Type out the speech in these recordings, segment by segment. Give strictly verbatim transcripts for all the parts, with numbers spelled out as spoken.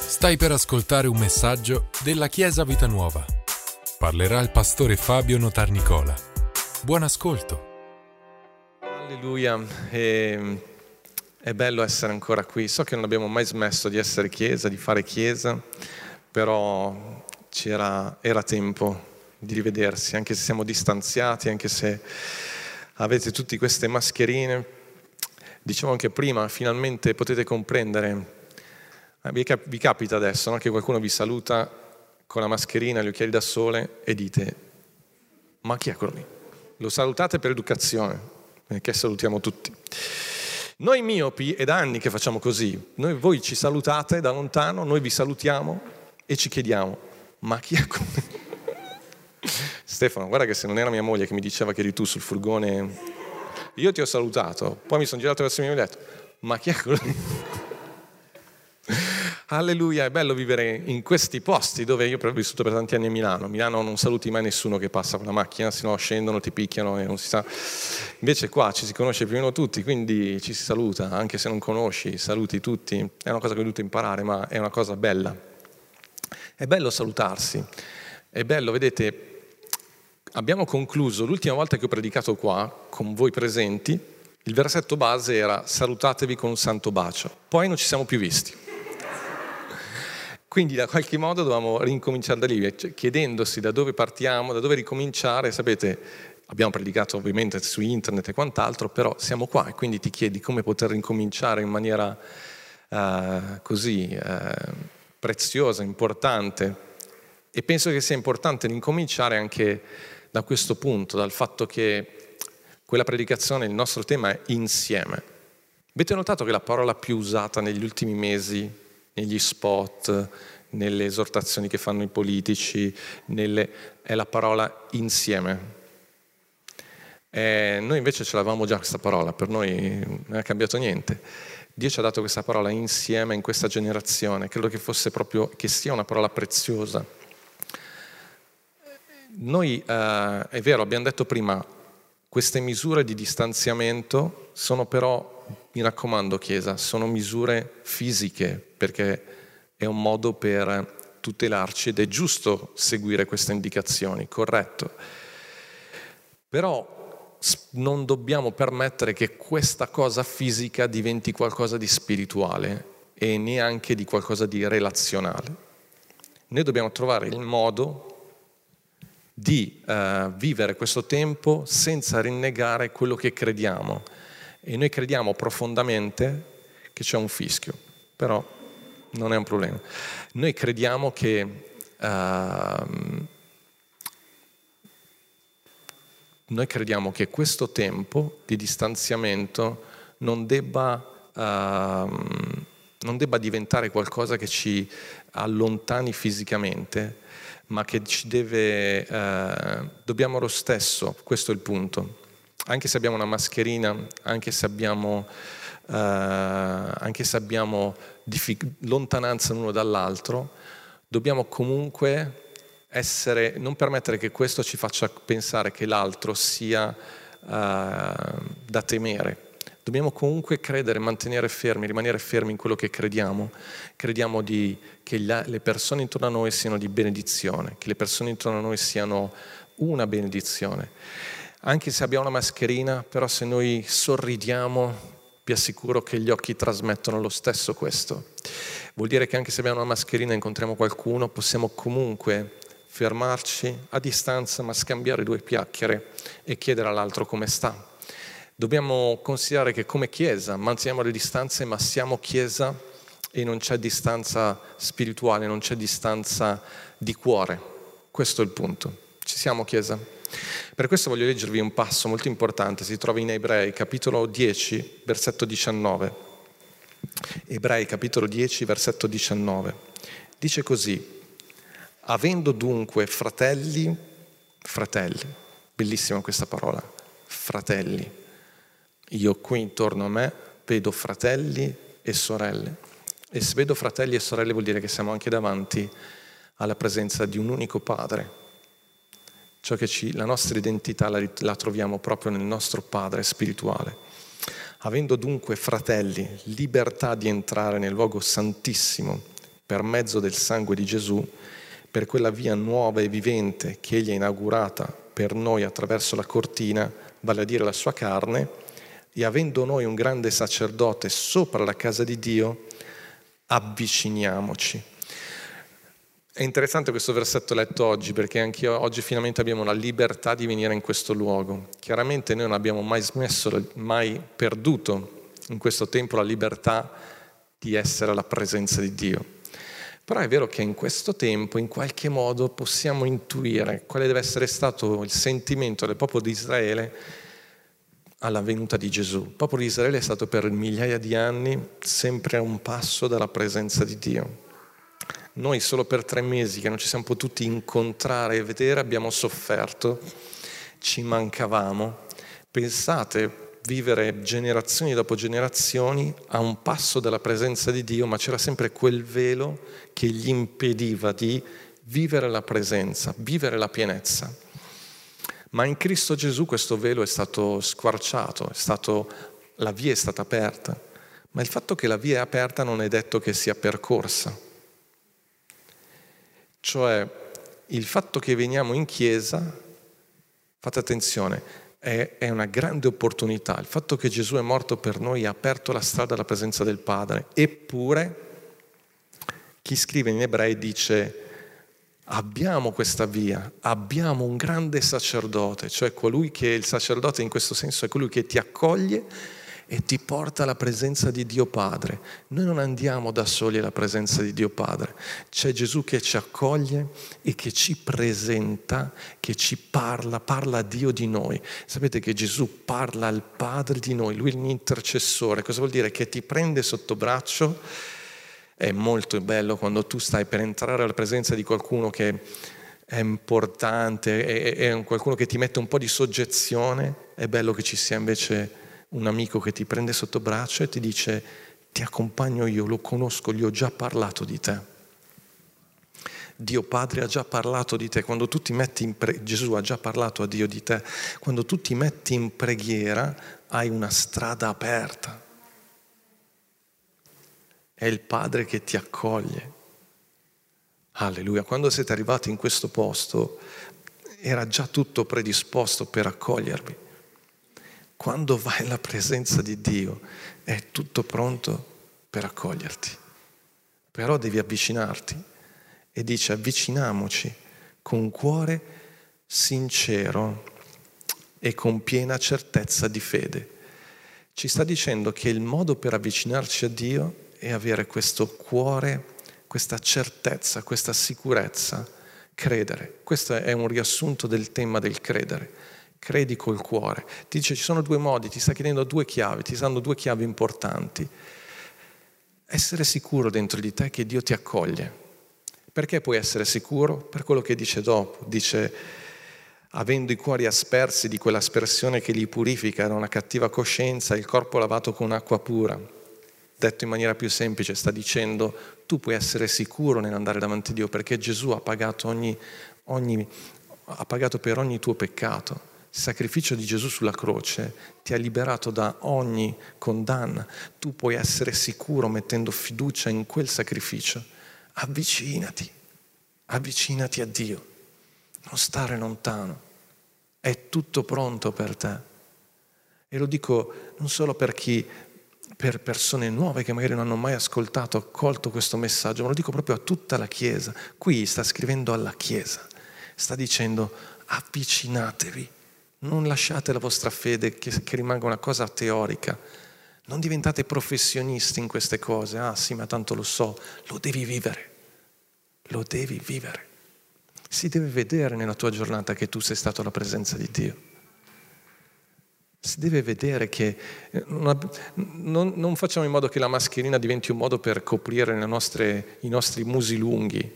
Stai per ascoltare un messaggio della Chiesa Vita Nuova. Parlerà il pastore Fabio Notarnicola. Buon ascolto. Alleluia, e, è bello essere ancora qui. So che non abbiamo mai smesso di essere Chiesa, di fare Chiesa, però c'era, era tempo di rivedersi, anche se siamo distanziati, anche se avete tutte queste mascherine. Dicevo anche prima, finalmente potete comprendere. Vi capita adesso, no? Che qualcuno vi saluta con la mascherina, gli occhiali da sole e dite: ma chi è quello lì? Lo salutate per educazione, perché salutiamo tutti. Noi miopi è da anni che facciamo così. Noi, voi ci salutate da lontano, noi vi salutiamo e ci chiediamo: ma chi è quello lì? Stefano, guarda che se non era mia moglie che mi diceva che eri tu sul furgone, io ti ho salutato, poi mi sono girato verso me e mi ho detto: ma chi è quello lì? Alleluia, è bello vivere in questi posti dove io ho vissuto per tanti anni a Milano. A Milano non saluti mai nessuno che passa con la macchina, sennò scendono, ti picchiano e non si sa. Invece qua ci si conosce più o meno tutti, quindi ci si saluta, anche se non conosci, saluti tutti. È una cosa che ho dovuto imparare, ma è una cosa bella. È bello salutarsi, è bello, vedete, abbiamo concluso, l'ultima volta che ho predicato qua, con voi presenti, il versetto base era: salutatevi con un santo bacio. Poi non ci siamo più visti. Quindi da qualche modo dovevamo ricominciare da lì, chiedendosi da dove partiamo, da dove ricominciare. Sapete, abbiamo predicato ovviamente su internet e quant'altro, però siamo qua e quindi ti chiedi come poter ricominciare in maniera uh, così uh, preziosa, importante. E penso che sia importante ricominciare anche da questo punto, dal fatto che quella predicazione, il nostro tema è insieme. Avete notato che la parola più usata negli ultimi mesi, negli spot, nelle esortazioni che fanno i politici, nelle, è la parola insieme. E noi invece ce l'avevamo già questa parola, per noi non è cambiato niente. Dio ci ha dato questa parola insieme in questa generazione, credo che fosse proprio, che sia una parola preziosa. Noi, eh, è vero, abbiamo detto prima, queste misure di distanziamento sono però, mi raccomando Chiesa, sono misure fisiche, perché è un modo per tutelarci ed è giusto seguire queste indicazioni, corretto. Però non dobbiamo permettere che questa cosa fisica diventi qualcosa di spirituale e neanche di qualcosa di relazionale. Noi dobbiamo trovare il modo di uh, vivere questo tempo senza rinnegare quello che crediamo. E noi crediamo profondamente che c'è un fischio, però non è un problema. Noi crediamo che uh, noi crediamo che questo tempo di distanziamento non debba uh, non debba diventare qualcosa che ci allontani fisicamente, ma che ci deve uh, dobbiamo lo stesso, questo è il punto. Anche se abbiamo una mascherina, anche se abbiamo, uh, anche se abbiamo diffic- lontananza l'uno dall'altro, dobbiamo comunque essere, non permettere che questo ci faccia pensare che l'altro sia uh, da temere. Dobbiamo comunque credere, mantenere fermi, rimanere fermi in quello che crediamo. Crediamo di, che la, le persone intorno a noi siano di benedizione, che le persone intorno a noi siano una benedizione. Anche se abbiamo una mascherina, però se noi sorridiamo, vi assicuro che gli occhi trasmettono lo stesso questo. Vuol dire che anche se abbiamo una mascherina e incontriamo qualcuno, possiamo comunque fermarci a distanza, ma scambiare due chiacchiere e chiedere all'altro come sta. Dobbiamo considerare che come Chiesa manteniamo le distanze, ma siamo Chiesa e non c'è distanza spirituale, non c'è distanza di cuore. Questo è il punto. Ci siamo, Chiesa? Per questo voglio leggervi un passo molto importante, si trova in Ebrei, capitolo dieci, versetto diciannove. Ebrei, capitolo dieci, versetto diciannove. Dice così: avendo dunque fratelli, fratelli, bellissima questa parola, fratelli. Io qui intorno a me vedo fratelli e sorelle. E se vedo fratelli e sorelle vuol dire che siamo anche davanti alla presenza di un unico Padre. Ciò che ci, la nostra identità la, la troviamo proprio nel nostro Padre spirituale. Avendo dunque fratelli libertà di entrare nel luogo santissimo per mezzo del sangue di Gesù, per quella via nuova e vivente che Egli ha inaugurata per noi attraverso la cortina, vale a dire la sua carne, e avendo noi un grande sacerdote sopra la casa di Dio, avviciniamoci. È interessante questo versetto letto oggi, perché anche oggi finalmente abbiamo la libertà di venire in questo luogo. Chiaramente noi non abbiamo mai smesso, mai perduto in questo tempo la libertà di essere alla presenza di Dio. Però è vero che in questo tempo in qualche modo possiamo intuire quale deve essere stato il sentimento del popolo di Israele alla venuta di Gesù. Il popolo di Israele è stato per migliaia di anni sempre a un passo dalla presenza di Dio. Noi solo per tre mesi che non ci siamo potuti incontrare e vedere abbiamo sofferto, ci mancavamo. Pensate, vivere generazioni dopo generazioni a un passo dalla presenza di Dio, ma c'era sempre quel velo che gli impediva di vivere la presenza, vivere la pienezza. Ma in Cristo Gesù questo velo è stato squarciato, è stato, la via è stata aperta. Ma il fatto che la via è aperta non è detto che sia percorsa. Cioè, il fatto che veniamo in chiesa, fate attenzione, è, è una grande opportunità. Il fatto che Gesù è morto per noi ha aperto la strada alla presenza del Padre. Eppure, chi scrive in Ebrei dice: abbiamo questa via, abbiamo un grande sacerdote, cioè colui che il sacerdote in questo senso è colui che ti accoglie e ti porta alla presenza di Dio Padre. Noi non andiamo da soli alla presenza di Dio Padre. C'è Gesù che ci accoglie e che ci presenta, che ci parla, parla a Dio di noi. Sapete che Gesù parla al Padre di noi, Lui è l'intercessore. Cosa vuol dire? Che ti prende sotto braccio. È molto bello quando tu stai per entrare alla presenza di qualcuno che è importante, è, è qualcuno che ti mette un po' di soggezione. È bello che ci sia invece un amico che ti prende sotto braccio e ti dice: ti accompagno io, lo conosco, gli ho già parlato di te. Dio Padre ha già parlato di te. Quando tu ti metti in pre- Gesù ha già parlato a Dio di te. Quando tu ti metti in preghiera hai una strada aperta. È il Padre che ti accoglie. Alleluia. Quando siete arrivati in questo posto era già tutto predisposto per accogliervi. Quando vai alla presenza di Dio è tutto pronto per accoglierti. Però devi avvicinarti. E dice: avviciniamoci con cuore sincero e con piena certezza di fede. Ci sta dicendo che il modo per avvicinarci a Dio è avere questo cuore, questa certezza, questa sicurezza, credere. Questo è un riassunto del tema del credere. Credi col cuore. Ti dice: ci sono due modi, ti sta chiedendo due chiavi, ti danno due chiavi importanti. Essere sicuro dentro di te che Dio ti accoglie. Perché puoi essere sicuro? Per quello che dice dopo. Dice: avendo i cuori aspersi di quell'aspersione che li purifica da una cattiva coscienza, il corpo lavato con acqua pura. Detto in maniera più semplice, sta dicendo: tu puoi essere sicuro nell'andare davanti a Dio perché Gesù ha pagato, ogni, ogni, ha pagato per ogni tuo peccato. Il sacrificio di Gesù sulla croce ti ha liberato da ogni condanna. Tu puoi essere sicuro mettendo fiducia in quel sacrificio. Avvicinati, avvicinati a Dio, non stare lontano, è tutto pronto per te. E lo dico non solo per chi, per persone nuove che magari non hanno mai ascoltato, accolto questo messaggio, ma lo dico proprio a tutta la Chiesa. Qui sta scrivendo alla Chiesa, sta dicendo: avvicinatevi, non lasciate la vostra fede che, che rimanga una cosa teorica. Non diventate professionisti in queste cose. Ah sì, ma tanto lo so. Lo devi vivere. Lo devi vivere. Si deve vedere nella tua giornata che tu sei stato alla presenza di Dio. Si deve vedere che non, non facciamo in modo che la mascherina diventi un modo per coprire le nostre, i nostri musi lunghi.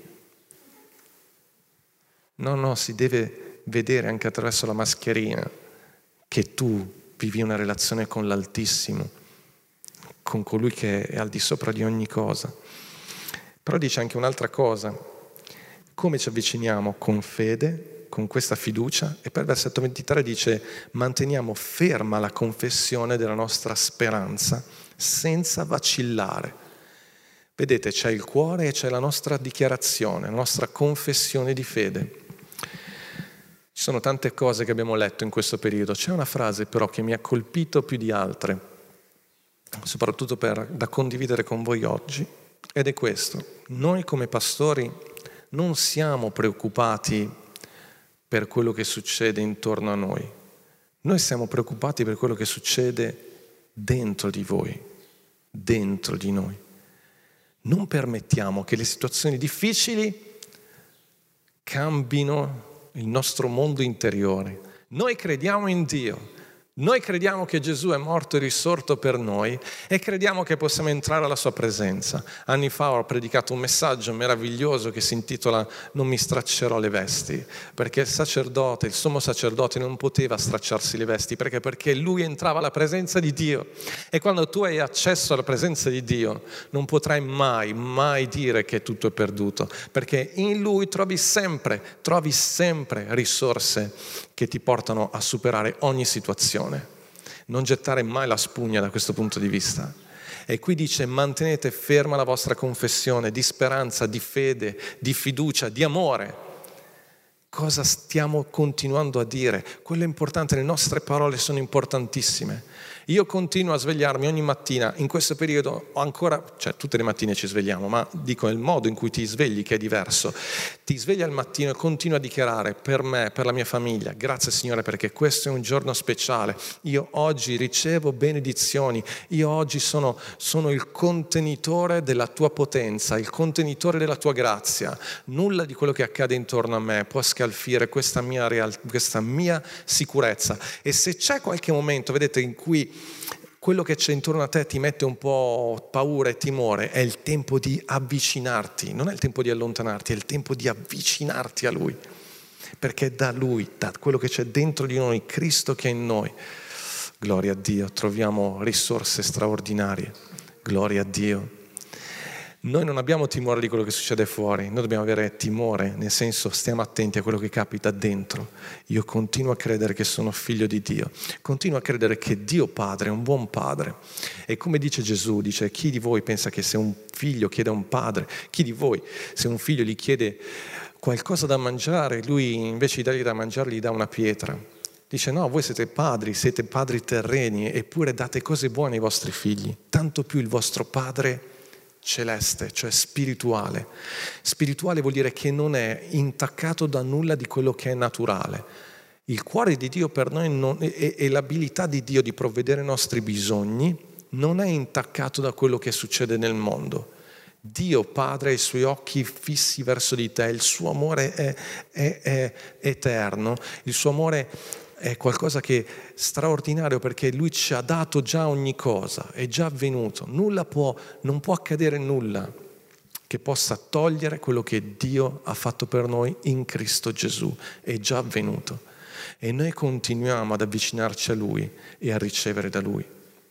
No, no, si deve vedere anche attraverso la mascherina che tu vivi una relazione con l'Altissimo, con colui che è al di sopra di ogni cosa. Però dice anche un'altra cosa: come ci avviciniamo? Con fede, con questa fiducia. E poi il versetto ventitré dice: manteniamo ferma la confessione della nostra speranza senza vacillare. Vedete, c'è il cuore e c'è la nostra dichiarazione, la nostra confessione di fede. Ci sono tante cose che abbiamo letto in questo periodo. C'è una frase però che mi ha colpito più di altre, soprattutto per, da condividere con voi oggi, ed è questo. Noi come pastori non siamo preoccupati per quello che succede intorno a noi. Noi siamo preoccupati per quello che succede dentro di voi, dentro di noi. Non permettiamo che le situazioni difficili cambino il nostro mondo interiore. Noi crediamo in Dio. Noi crediamo che Gesù è morto e risorto per noi e crediamo che possiamo entrare alla sua presenza. Anni fa ho predicato un messaggio meraviglioso che si intitola "Non mi straccerò le vesti", perché il sacerdote, il sommo sacerdote non poteva stracciarsi le vesti, perché? Perché lui entrava alla presenza di Dio. E quando tu hai accesso alla presenza di Dio non potrai mai, mai dire che tutto è perduto, perché in lui trovi sempre, trovi sempre risorse che ti portano a superare ogni situazione. Non gettare mai la spugna da questo punto di vista. E qui dice: mantenete ferma la vostra confessione di speranza, di fede, di fiducia, di amore. Cosa stiamo continuando a dire? Quello è importante, le nostre parole sono importantissime. Io continuo a svegliarmi ogni mattina, in questo periodo ancora, cioè tutte le mattine ci svegliamo, ma dico il modo in cui ti svegli che è diverso. Ti svegli al mattino e continui a dichiarare: per me, per la mia famiglia, grazie Signore perché questo è un giorno speciale. Io oggi ricevo benedizioni, io oggi sono, sono il contenitore della tua potenza, il contenitore della tua grazia. Nulla di quello che accade intorno a me può scalfire questa mia, real, questa mia sicurezza. E se c'è qualche momento, vedete, in cui quello che c'è intorno a te ti mette un po' paura e timore, è il tempo di avvicinarti, non è il tempo di allontanarti, è il tempo di avvicinarti a Lui, perché da Lui, da quello che c'è dentro di noi, Cristo che è in noi, gloria a Dio, troviamo risorse straordinarie, gloria a Dio. Noi non abbiamo timore di quello che succede fuori, noi dobbiamo avere timore, nel senso stiamo attenti a quello che capita dentro. Io continuo a credere che sono figlio di Dio, continuo a credere che Dio Padre è un buon Padre. E come dice Gesù, dice: chi di voi pensa che se un figlio chiede a un padre, chi di voi se un figlio gli chiede qualcosa da mangiare, lui invece di dargli da mangiare gli dà una pietra? Dice: no, voi siete padri, siete padri terreni, eppure date cose buone ai vostri figli, tanto più il vostro Padre celeste, cioè spirituale. Spirituale vuol dire che non è intaccato da nulla di quello che è naturale. Il cuore di Dio per noi non, e, e l'abilità di Dio di provvedere ai nostri bisogni non è intaccato da quello che succede nel mondo. Dio Padre ha i suoi occhi fissi verso di te, il suo amore è, è, è eterno, il suo amore è qualcosa che è straordinario perché Lui ci ha dato già ogni cosa, è già avvenuto. Nulla può, non può accadere nulla che possa togliere quello che Dio ha fatto per noi in Cristo Gesù, è già avvenuto. E noi continuiamo ad avvicinarci a Lui e a ricevere da Lui.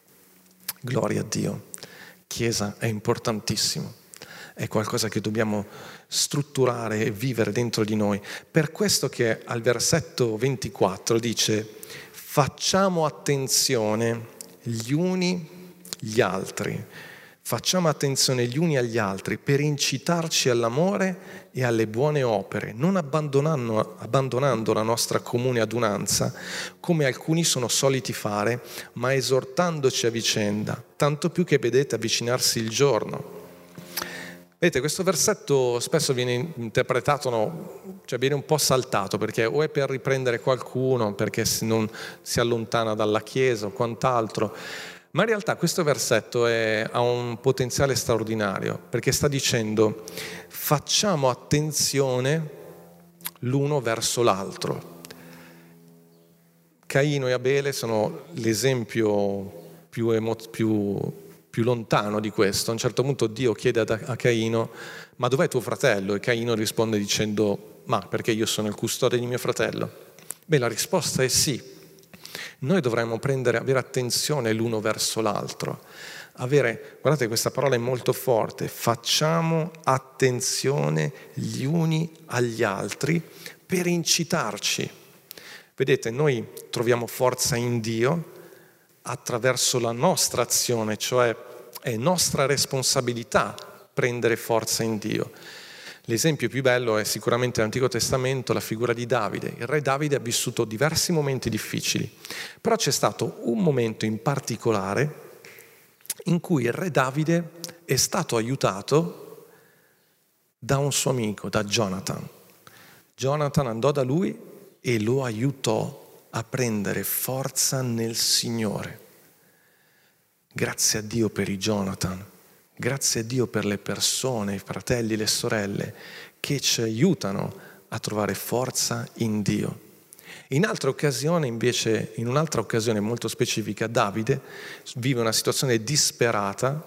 Gloria a Dio. Chiesa è importantissimo. È qualcosa che dobbiamo strutturare e vivere dentro di noi. Per questo che al versetto ventiquattro dice: facciamo attenzione gli uni gli altri, facciamo attenzione gli uni agli altri per incitarci all'amore e alle buone opere, non abbandonando, abbandonando la nostra comune adunanza, come alcuni sono soliti fare, ma esortandoci a vicenda, tanto più che vedete avvicinarsi il giorno. Vedete, questo versetto spesso viene interpretato, no? Cioè viene un po' saltato, perché o è per riprendere qualcuno, perché non si allontana dalla Chiesa o quant'altro, ma in realtà questo versetto è, ha un potenziale straordinario, perché sta dicendo: facciamo attenzione l'uno verso l'altro. Caino e Abele sono l'esempio più, emo- più più lontano di questo. A un certo punto Dio chiede a Caino: ma dov'è tuo fratello? E Caino risponde dicendo: ma perché io sono il custode di mio fratello? Beh, la risposta è sì. Noi dovremmo prendere, avere attenzione l'uno verso l'altro. Avere, guardate, questa parola è molto forte: facciamo attenzione gli uni agli altri per incitarci. Vedete, noi troviamo forza in Dio attraverso la nostra azione, cioè è nostra responsabilità prendere forza in Dio. L'esempio più bello è sicuramente nell'Antico Testamento la figura di Davide. Il re Davide ha vissuto diversi momenti difficili, però c'è stato un momento in particolare in cui il re Davide è stato aiutato da un suo amico, da Jonathan. Jonathan andò da lui e lo aiutò a prendere forza nel Signore. Grazie a Dio per i Jonathan. Grazie a Dio per le persone, i fratelli e le sorelle che ci aiutano a trovare forza in Dio. In altra occasione, invece, in un'altra occasione molto specifica, Davide vive una situazione disperata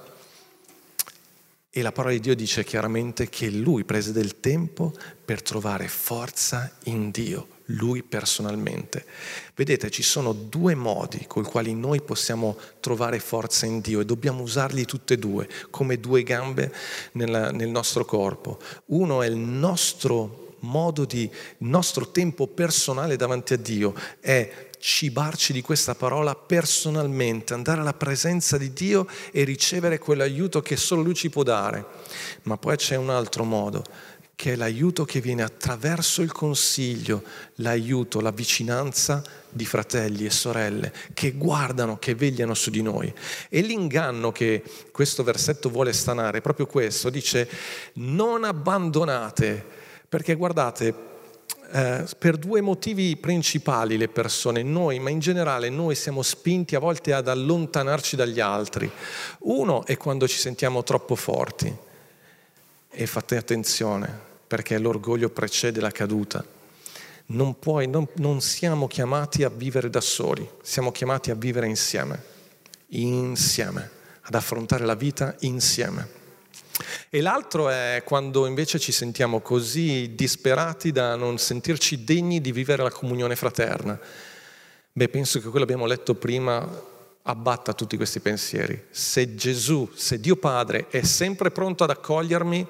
e la parola di Dio dice chiaramente che lui prese del tempo per trovare forza in Dio, lui personalmente. Vedete, ci sono due modi con i quali noi possiamo trovare forza in Dio e dobbiamo usarli tutti e due come due gambe nel, nel nostro corpo. Uno è il nostro modo di, il nostro tempo personale davanti a Dio, è cibarci di questa parola personalmente, andare alla presenza di Dio e ricevere quell'aiuto che solo Lui ci può dare. Ma poi c'è un altro modo, che è l'aiuto che viene attraverso il consiglio, l'aiuto, la vicinanza di fratelli e sorelle che guardano, che vegliano su di noi. E l'inganno che questo versetto vuole stanare è proprio questo, dice non abbandonate, perché guardate, eh, per due motivi principali le persone, noi, ma in generale noi siamo spinti a volte ad allontanarci dagli altri. Uno è quando ci sentiamo troppo forti. E fate attenzione, perché l'orgoglio precede la caduta. Non, puoi, non, non siamo chiamati a vivere da soli, siamo chiamati a vivere insieme, insieme, ad affrontare la vita insieme. E l'altro è quando invece ci sentiamo così disperati da non sentirci degni di vivere la comunione fraterna. Beh, penso che quello abbiamo letto prima abbatta tutti questi pensieri. Se Gesù, se Dio Padre è sempre pronto ad accogliermi,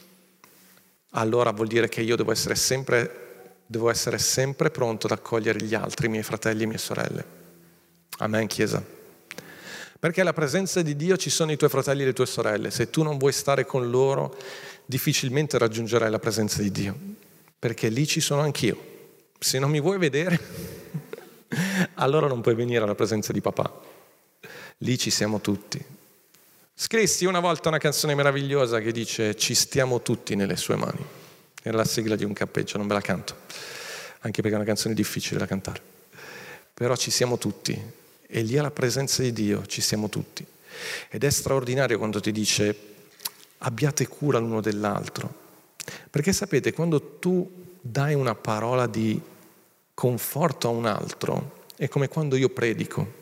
allora vuol dire che io devo essere sempre, devo essere sempre pronto ad accogliere gli altri, i miei fratelli e le mie sorelle. Amen, Chiesa. Perché alla presenza di Dio ci sono i tuoi fratelli e le tue sorelle. Se tu non vuoi stare con loro, difficilmente raggiungerai la presenza di Dio. Perché lì ci sono anch'io. Se non mi vuoi vedere, allora non puoi venire alla presenza di papà. Lì ci siamo tutti. Scrissi una volta una canzone meravigliosa che dice ci stiamo tutti nelle sue mani. Era la sigla di un campeggio, non ve la canto, anche perché è una canzone difficile da cantare. Però ci siamo tutti e lì alla presenza di Dio ci siamo tutti. Ed è straordinario quando ti dice abbiate cura l'uno dell'altro. Perché sapete, quando tu dai una parola di conforto a un altro, è come quando io predico.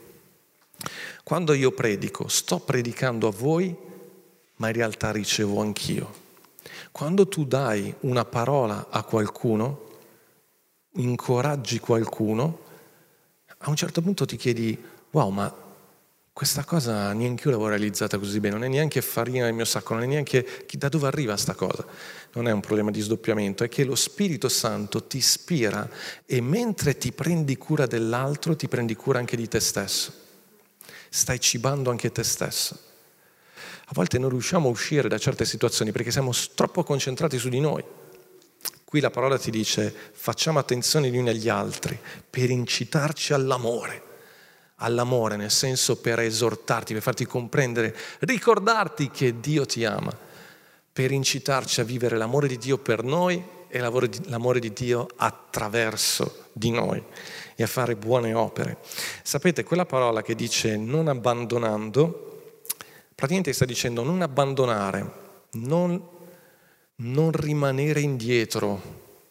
Quando io predico, sto predicando a voi, ma in realtà ricevo anch'io. Quando tu dai una parola a qualcuno, incoraggi qualcuno, a un certo punto ti chiedi, wow, ma questa cosa neanche io l'avevo realizzata così bene, non è neanche farina nel mio sacco, non è neanche da dove arriva sta cosa. Non è un problema di sdoppiamento, è che lo Spirito Santo ti ispira e mentre ti prendi cura dell'altro, ti prendi cura anche di te stesso. Stai cibando anche te stesso. A volte non riusciamo a uscire da certe situazioni perché siamo troppo concentrati su di noi. Qui la parola ti dice facciamo attenzione gli uni agli altri per incitarci all'amore. All'amore nel senso per esortarti, per farti comprendere, ricordarti che Dio ti ama, per incitarci a vivere l'amore di Dio per noi e l'amore di Dio attraverso di noi e a fare buone opere. Sapete, quella parola che dice non abbandonando, praticamente sta dicendo non abbandonare, non, non rimanere indietro,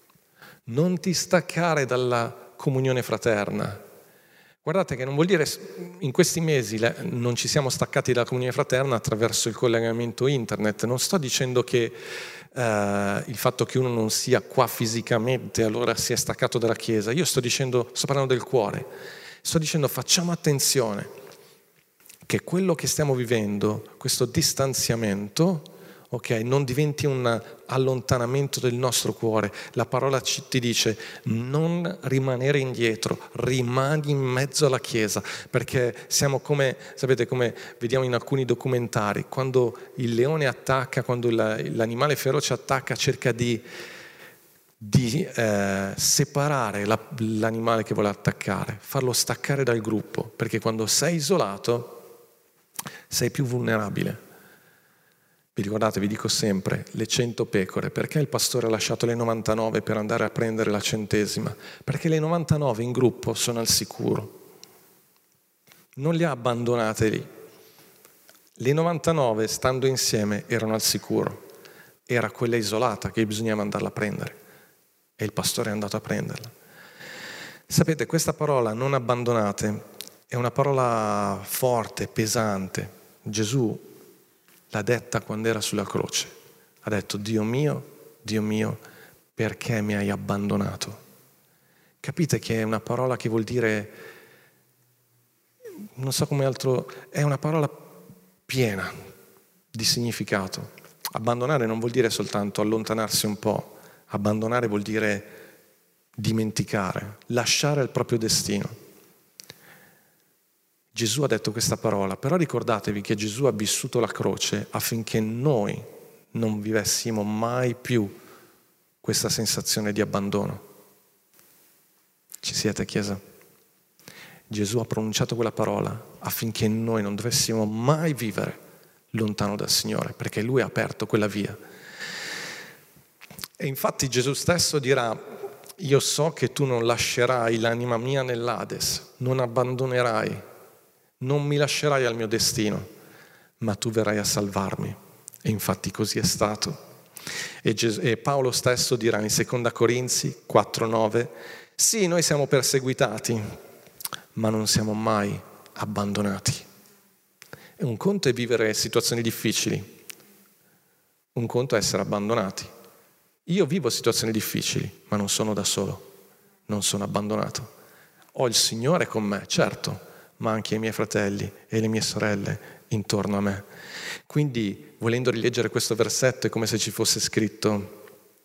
non ti staccare dalla comunione fraterna. Guardate che non vuol dire in questi mesi non ci siamo staccati dalla comunione fraterna attraverso il collegamento internet. Non sto dicendo che eh, il fatto che uno non sia qua fisicamente allora si è staccato dalla Chiesa. Io sto dicendo, sto parlando del cuore. Sto dicendo facciamo attenzione che quello che stiamo vivendo, questo distanziamento, ok? Non diventi un allontanamento del nostro cuore. La parola ci, ti dice non rimanere indietro, rimani in mezzo alla Chiesa, perché siamo come, sapete, come vediamo in alcuni documentari, quando il leone attacca, quando la, l'animale feroce attacca, cerca di, di eh, separare la, l'animale che vuole attaccare, farlo staccare dal gruppo, perché quando sei isolato sei più vulnerabile. Vi ricordate, vi dico sempre, le cento pecore, perché il pastore ha lasciato le novantanove per andare a prendere la centesima? Perché le novantanove in gruppo sono al sicuro. Non le ha abbandonate lì. Le novantanove, stando insieme, erano al sicuro. Era quella isolata che bisognava andarla a prendere. E il pastore è andato a prenderla. Sapete, questa parola, non abbandonate, è una parola forte, pesante. Gesù l'ha detta quando era sulla croce. Ha detto: Dio mio, Dio mio, perché mi hai abbandonato? Capite che è una parola che vuol dire, non so come altro, è una parola piena di significato. Abbandonare non vuol dire soltanto allontanarsi un po', abbandonare vuol dire dimenticare, lasciare il proprio destino. Gesù ha detto questa parola, però ricordatevi che Gesù ha vissuto la croce affinché noi non vivessimo mai più questa sensazione di abbandono. Ci siete, Chiesa? Gesù ha pronunciato quella parola affinché noi non dovessimo mai vivere lontano dal Signore, perché Lui ha aperto quella via. E infatti Gesù stesso dirà: io so che tu non lascerai l'anima mia nell'Ades, non abbandonerai, non mi lascerai al mio destino, ma tu verrai a salvarmi. E infatti così è stato. E, Ges- e Paolo stesso dirà in seconda Corinzi quattro nove: sì, noi siamo perseguitati, ma non siamo mai abbandonati. E un conto è vivere situazioni difficili, un conto è essere abbandonati. Io vivo situazioni difficili, ma non sono da solo, non sono abbandonato. Ho il Signore con me, certo, ma anche i miei fratelli e le mie sorelle intorno a me. Quindi, volendo rileggere questo versetto, è come se ci fosse scritto: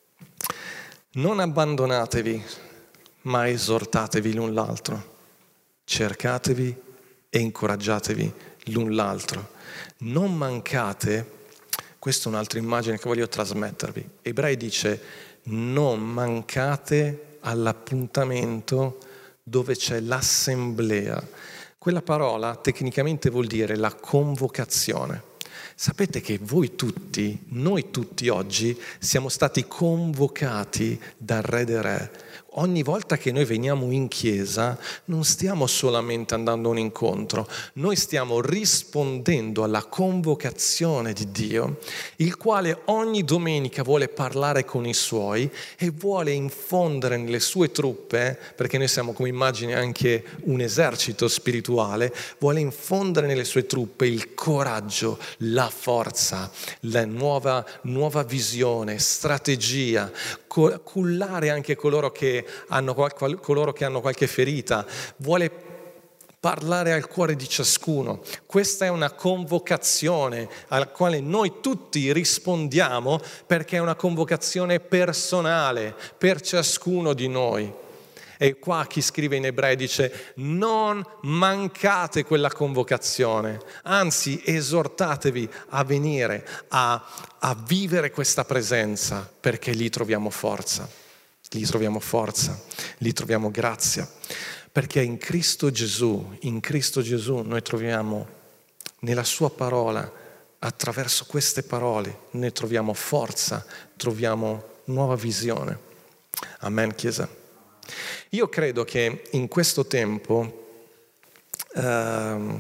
non abbandonatevi, ma esortatevi l'un l'altro, cercatevi e incoraggiatevi l'un l'altro. Non mancate, questa è un'altra immagine che voglio trasmettervi. Ebrei dice: non mancate all'appuntamento dove c'è l'assemblea. Quella parola tecnicamente vuol dire la convocazione. Sapete che voi tutti, noi tutti oggi, siamo stati convocati dal Re dei Re. Ogni volta che noi veniamo in chiesa non stiamo solamente andando a un incontro, noi stiamo rispondendo alla convocazione di Dio, il quale ogni domenica vuole parlare con i suoi e vuole infondere nelle sue truppe, perché noi siamo come immagine anche un esercito spirituale, vuole infondere nelle sue truppe il coraggio, la forza, la nuova, nuova visione, strategia, cullare anche coloro che hanno qual- coloro che hanno qualche ferita, vuole parlare al cuore di ciascuno. Questa è una convocazione alla quale noi tutti rispondiamo, perché è una convocazione personale per ciascuno di noi. E qua chi scrive in Ebrei dice: non mancate quella convocazione, anzi esortatevi a venire a, a vivere questa presenza, perché lì troviamo forza, lì troviamo forza, lì troviamo grazia, perché in Cristo Gesù, in Cristo Gesù noi troviamo nella sua parola, attraverso queste parole, noi troviamo forza, troviamo nuova visione. Amen, Chiesa. Io credo che in questo tempo eh, noi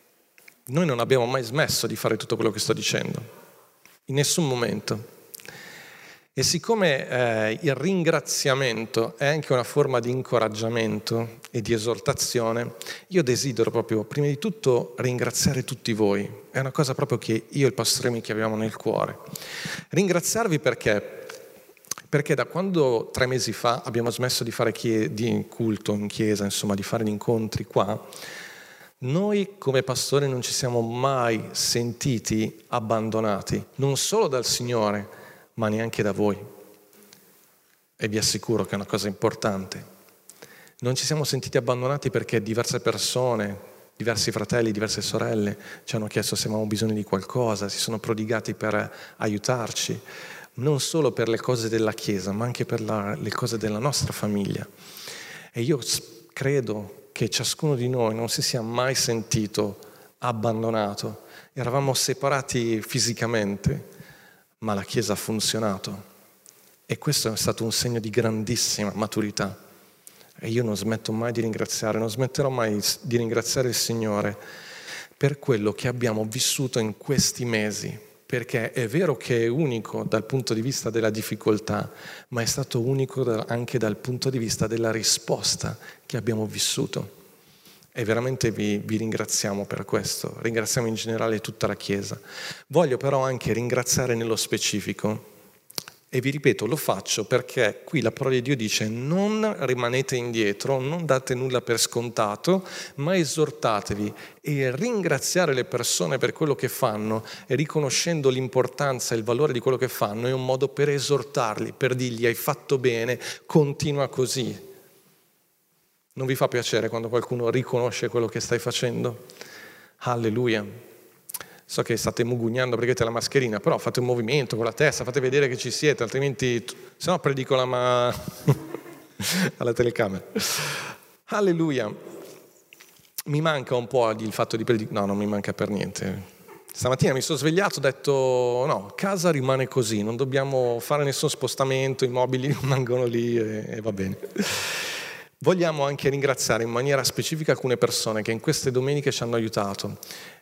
non abbiamo mai smesso di fare tutto quello che sto dicendo, in nessun momento. E siccome eh, il ringraziamento è anche una forma di incoraggiamento e di esortazione, io desidero proprio, prima di tutto, ringraziare tutti voi. È una cosa proprio che io e il pastore Michi abbiamo nel cuore. Ringraziarvi perché? Perché da quando tre mesi fa abbiamo smesso di fare chie- di culto in chiesa, insomma di fare gli incontri qua, Noi come pastori non ci siamo mai sentiti abbandonati, non solo dal Signore, ma neanche da voi. E vi assicuro che è una cosa importante. Non ci siamo sentiti abbandonati perché diverse persone, diversi fratelli, diverse sorelle ci hanno chiesto se avevamo bisogno di qualcosa, si sono prodigati per aiutarci, non solo per le cose della Chiesa, ma anche per la, le cose della nostra famiglia. E io credo che ciascuno di noi non si sia mai sentito abbandonato. Eravamo separati fisicamente, ma la Chiesa ha funzionato. E questo è stato un segno di grandissima maturità. E io non smetto mai di ringraziare, non smetterò mai di ringraziare il Signore per quello che abbiamo vissuto in questi mesi. Perché è vero che è unico dal punto di vista della difficoltà, ma è stato unico anche dal punto di vista della risposta che abbiamo vissuto. E veramente vi, vi ringraziamo per questo, ringraziamo in generale tutta la Chiesa. Voglio però anche ringraziare nello specifico, e vi ripeto, lo faccio perché qui la parola di Dio dice: non rimanete indietro, non date nulla per scontato, ma esortatevi. E ringraziare le persone per quello che fanno e riconoscendo l'importanza e il valore di quello che fanno è un modo per esortarli, per dirgli: hai fatto bene, continua così. Non vi fa piacere quando qualcuno riconosce quello che stai facendo? Alleluia. So che state mugugnando perché avete la mascherina, però fate un movimento con la testa, fate vedere che ci siete, altrimenti se no predico la ma... alla telecamera. Alleluia. Mi manca un po' il fatto di predicare, no, non mi manca per niente. Stamattina mi sono svegliato, ho detto no, casa rimane così, non dobbiamo fare nessun spostamento, i mobili rimangono lì e, e va bene. Vogliamo anche ringraziare in maniera specifica alcune persone che in queste domeniche ci hanno aiutato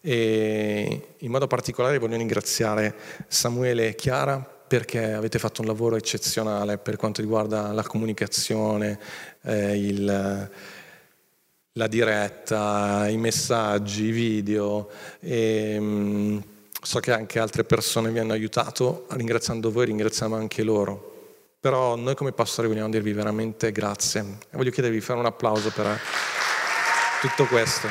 e in modo particolare voglio ringraziare Samuele e Chiara perché avete fatto un lavoro eccezionale per quanto riguarda la comunicazione, eh, il, la diretta, i messaggi, i video e mh, so che anche altre persone vi hanno aiutato, ringraziando voi ringraziamo anche loro. Però noi come pastori vogliamo dirvi veramente grazie e voglio chiedervi di fare un applauso per tutto questo.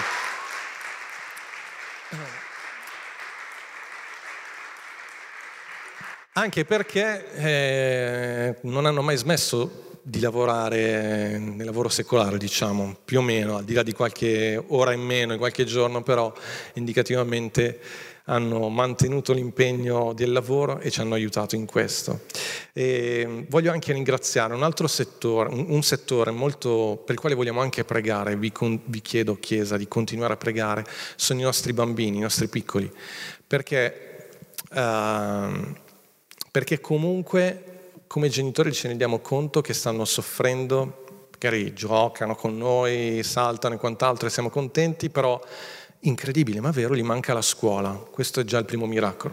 Anche perché eh, non hanno mai smesso di lavorare nel lavoro secolare, diciamo, più o meno, al di là di qualche ora in meno, in qualche giorno, però indicativamente hanno mantenuto l'impegno del lavoro e ci hanno aiutato in questo. E voglio anche ringraziare un altro settore, un, un settore molto per il quale vogliamo anche pregare, vi, con, vi chiedo Chiesa di continuare a pregare, sono i nostri bambini, i nostri piccoli, perché, uh, perché comunque come genitori ci rendiamo conto che stanno soffrendo, magari giocano con noi, saltano e quant'altro e siamo contenti, però incredibile, ma vero, gli manca la scuola. Questo è già il primo miracolo.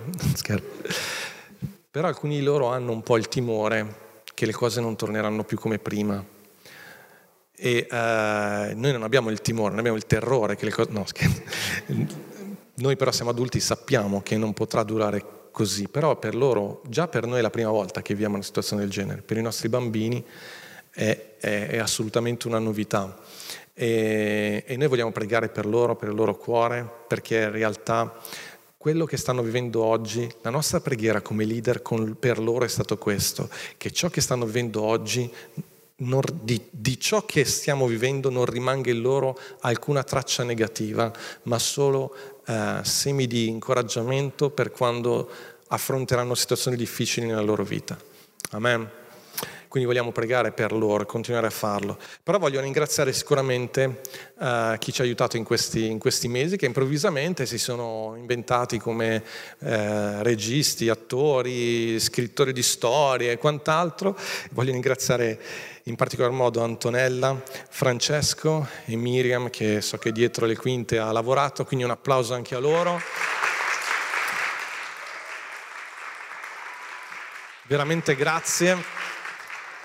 Però alcuni di loro hanno un po' il timore che le cose non torneranno più come prima. E uh, noi non abbiamo il timore, noi abbiamo il terrore che le cose... No, scherzo. Noi però siamo adulti, sappiamo che non potrà durare così. Però per loro, già per noi è la prima volta che viviamo una situazione del genere. Per i nostri bambini è, è, è assolutamente una novità. E, e noi vogliamo pregare per loro, per il loro cuore, perché in realtà quello che stanno vivendo oggi, la nostra preghiera come leader con, per loro è stato questo, che ciò che stanno vivendo oggi, non, di, di ciò che stiamo vivendo non rimanga in loro alcuna traccia negativa, ma solo eh, semi di incoraggiamento per quando affronteranno situazioni difficili nella loro vita. Amen. Quindi vogliamo pregare per loro, continuare a farlo. Però voglio ringraziare sicuramente uh, chi ci ha aiutato in questi, in questi mesi, che improvvisamente si sono inventati come uh, registi, attori, scrittori di storie e quant'altro. Voglio ringraziare in particolar modo Antonella, Francesco e Miriam, che so che dietro le quinte ha lavorato, quindi un applauso anche a loro. Veramente grazie.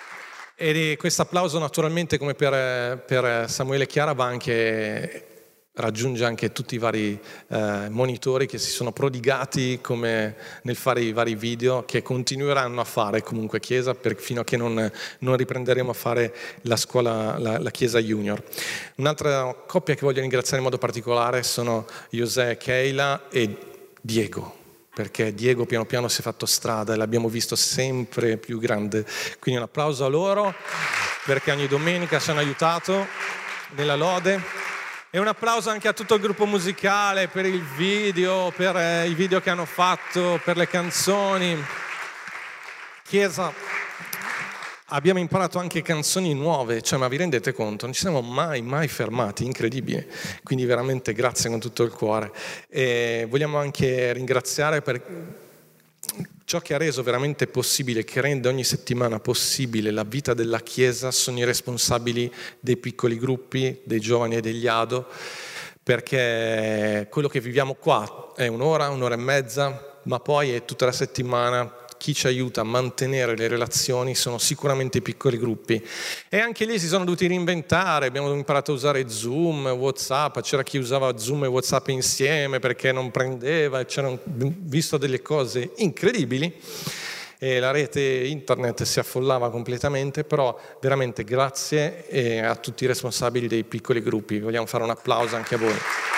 E questo applauso naturalmente come per, per Samuele e Chiara va anche raggiunge anche tutti i vari eh, monitori che si sono prodigati come nel fare i vari video, che continueranno a fare comunque Chiesa per, fino a che non, non riprenderemo a fare la scuola, la, la Chiesa Junior. Un'altra coppia che voglio ringraziare in modo particolare sono José e Keila e Diego, perché Diego piano piano si è fatto strada e l'abbiamo visto sempre più grande. Quindi un applauso a loro, perché ogni domenica ci hanno aiutato nella lode. E un applauso anche a tutto il gruppo musicale per il video, per eh, i video che hanno fatto, per le canzoni. Chiesa, abbiamo imparato anche canzoni nuove, cioè ma vi rendete conto? Non ci siamo mai, mai fermati, incredibile. Quindi veramente grazie con tutto il cuore. E vogliamo anche ringraziare per ciò che ha reso veramente possibile, che rende ogni settimana possibile la vita della Chiesa, sono i responsabili dei piccoli gruppi, dei giovani e degli ado, perché quello che viviamo qua è un'ora, un'ora e mezza, ma poi è tutta la settimana. Chi ci aiuta a mantenere le relazioni sono sicuramente i piccoli gruppi, e anche lì si sono dovuti reinventare. Abbiamo imparato a usare Zoom, WhatsApp, c'era chi usava Zoom e WhatsApp insieme perché non prendeva, e c'erano visto delle cose incredibili e la rete internet si affollava completamente. Però veramente grazie a tutti i responsabili dei piccoli gruppi, vogliamo fare un applauso anche a voi.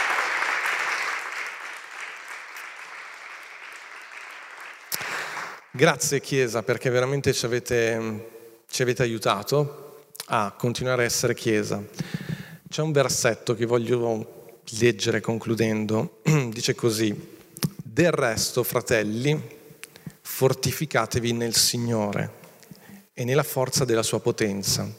Grazie Chiesa, perché veramente ci avete, ci avete aiutato a continuare a essere Chiesa. C'è un versetto che voglio leggere concludendo, dice così: del resto, fratelli, fortificatevi nel Signore e nella forza della sua potenza.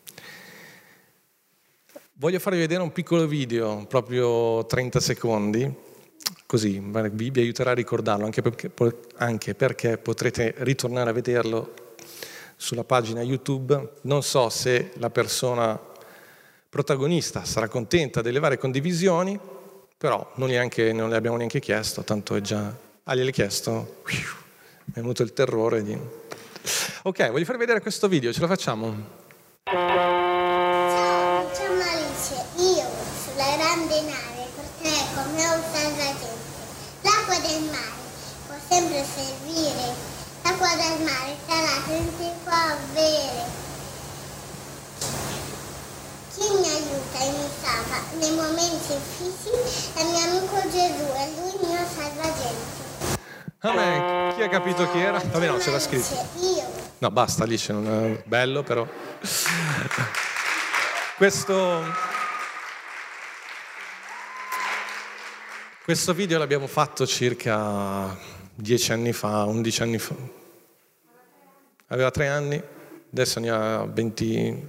Voglio farvi vedere un piccolo video, proprio trenta secondi, così vi, vi aiuterà a ricordarlo, anche perché, anche perché potrete ritornare a vederlo sulla pagina YouTube. Non so se la persona protagonista sarà contenta delle varie condivisioni, però non, neanche, non le abbiamo neanche chiesto, tanto è già... Ah, gliel'hai chiesto? Mi è venuto il terrore di... Ok, voglio farvi vedere questo video, ce lo facciamo? Ciao, ciao Maurizio, io sulla grande nave porterei con me un salvagente. L'acqua del mare può sempre servire, l'acqua del mare salata non si può avere. Chi mi aiuta e mi salva nei momenti difficili è il mio amico Gesù, è lui il mio salvagente. Amen. Chi ha capito chi era? Vabbè, no, c'era scritto. Io. No, basta, lì c'è un bello, però. Questo... Questo video l'abbiamo fatto circa dieci anni fa, undici anni fa. Aveva tre anni, adesso ne ha venti.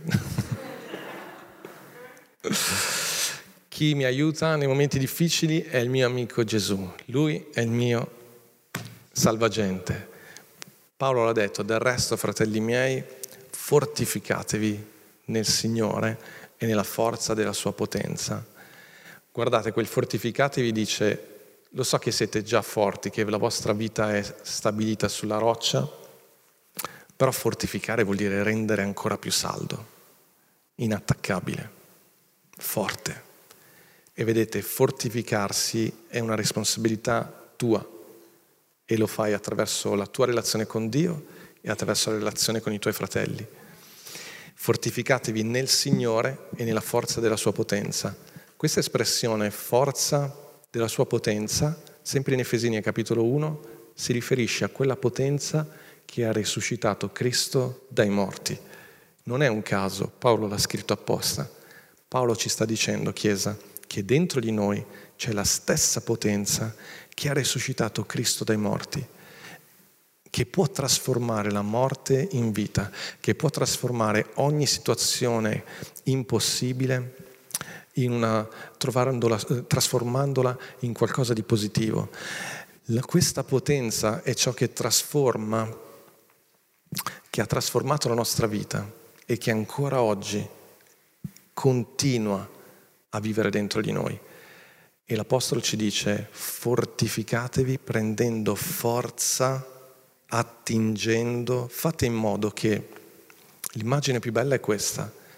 Chi mi aiuta nei momenti difficili è il mio amico Gesù. Lui è il mio salvagente. Paolo l'ha detto: del resto, fratelli miei, fortificatevi nel Signore e nella forza della sua potenza. Guardate, quel fortificatevi dice: lo so che siete già forti, che la vostra vita è stabilita sulla roccia, però fortificare vuol dire rendere ancora più saldo, inattaccabile, forte. E vedete, fortificarsi è una responsabilità tua, e lo fai attraverso la tua relazione con Dio e attraverso la relazione con i tuoi fratelli. Fortificatevi nel Signore e nella forza della sua potenza. Questa espressione, forza della sua potenza, sempre in Efesini capitolo uno, si riferisce a quella potenza che ha risuscitato Cristo dai morti. Non è un caso, Paolo l'ha scritto apposta. Paolo ci sta dicendo, Chiesa, che dentro di noi c'è la stessa potenza che ha risuscitato Cristo dai morti, che può trasformare la morte in vita, che può trasformare ogni situazione impossibile in una, trovandola, trasformandola in qualcosa di positivo. La, questa potenza è ciò che trasforma, che ha trasformato la nostra vita e che ancora oggi continua a vivere dentro di noi. E l'Apostolo ci dice: fortificatevi prendendo forza, attingendo, fate in modo che, l'immagine più bella è questa,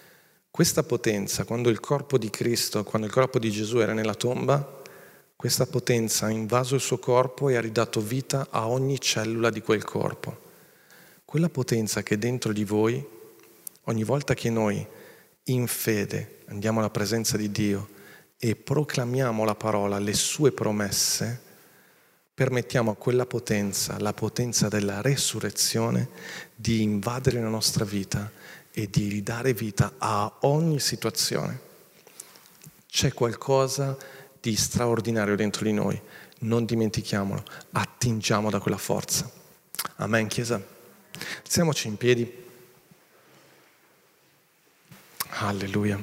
Questa potenza, quando il corpo di Cristo, quando il corpo di Gesù era nella tomba, questa potenza ha invaso il suo corpo e ha ridato vita a ogni cellula di quel corpo. Quella potenza che è dentro di voi, ogni volta che noi in fede andiamo alla presenza di Dio e proclamiamo la parola, le sue promesse, permettiamo a quella potenza, la potenza della resurrezione, di invadere la nostra vita e di ridare vita a ogni situazione. C'è qualcosa di straordinario dentro di noi, non dimentichiamolo, attingiamo da quella forza. Amen, Chiesa. Alziamoci in piedi. Alleluia.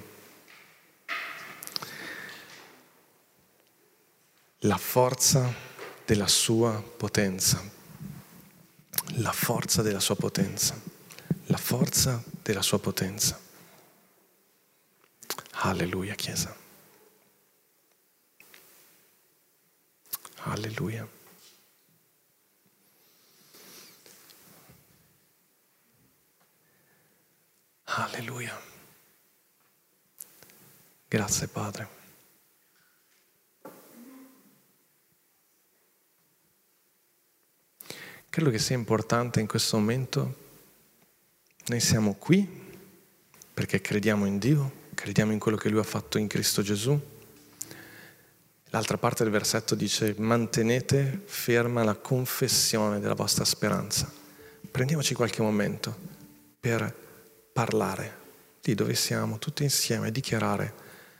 La forza della sua potenza. La forza della sua potenza. La forza della sua potenza. Alleluia, Chiesa. Alleluia. Alleluia. Grazie, Padre. Credo che sia importante in questo momento. Noi siamo qui perché crediamo in Dio, crediamo in quello che Lui ha fatto in Cristo Gesù. L'altra parte del versetto dice: mantenete ferma la confessione della vostra speranza. Prendiamoci qualche momento per parlare di dove siamo, tutti insieme, dichiarare.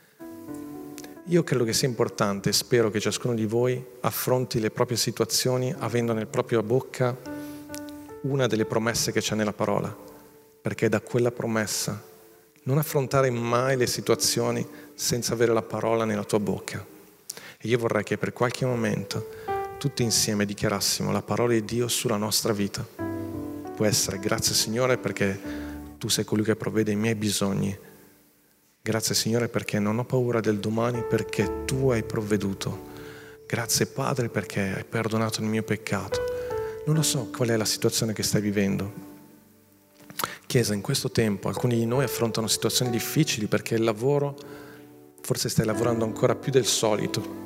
Io credo che sia importante, spero che ciascuno di voi affronti le proprie situazioni avendo nella propria bocca una delle promesse che c'è nella parola, perché da quella promessa non affrontare mai le situazioni senza avere la parola nella tua bocca. E io vorrei che per qualche momento tutti insieme dichiarassimo la parola di Dio sulla nostra vita. Può essere: grazie Signore perché Tu sei colui che provvede i miei bisogni. Grazie Signore perché non ho paura del domani perché Tu hai provveduto. Grazie Padre perché hai perdonato il mio peccato. Non lo so qual è la situazione che stai vivendo. Chiesa, in questo tempo alcuni di noi affrontano situazioni difficili perché il lavoro, forse stai lavorando ancora più del solito.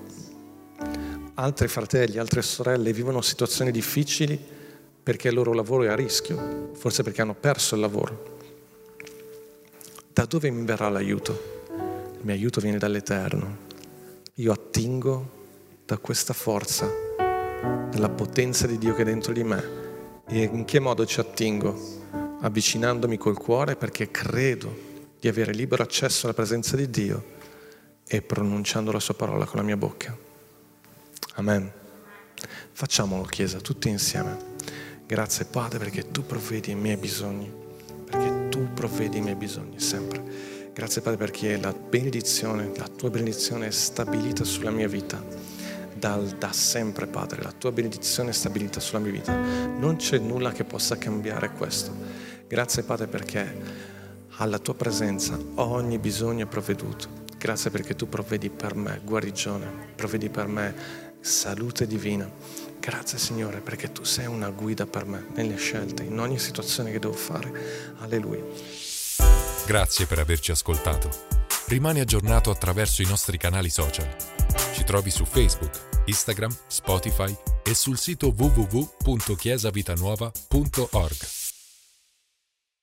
Altri fratelli, altre sorelle vivono situazioni difficili perché il loro lavoro è a rischio, forse perché hanno perso il lavoro. Da dove mi verrà l'aiuto? Il mio aiuto viene dall'Eterno. Io attingo da questa forza, dalla potenza di Dio che è dentro di me. E in che modo ci attingo? Avvicinandomi col cuore perché credo di avere libero accesso alla presenza di Dio e pronunciando la sua parola con la mia bocca. Amen. Facciamolo, Chiesa, tutti insieme. Grazie Padre perché Tu provvedi i miei bisogni, perché Tu provvedi i miei bisogni sempre. Grazie Padre perché la benedizione, la Tua benedizione è stabilita sulla mia vita, dal, da sempre Padre, la Tua benedizione è stabilita sulla mia vita. Non c'è nulla che possa cambiare questo. Grazie Padre perché alla Tua presenza ogni bisogno è provveduto. Grazie perché Tu provvedi per me guarigione, provvedi per me salute divina. Grazie Signore perché Tu sei una guida per me nelle scelte, in ogni situazione che devo fare. Alleluia. Grazie per averci ascoltato. Rimani aggiornato attraverso i nostri canali social. Ci trovi su Facebook, Instagram, Spotify e sul sito w w w punto chiesa vita nuova punto org.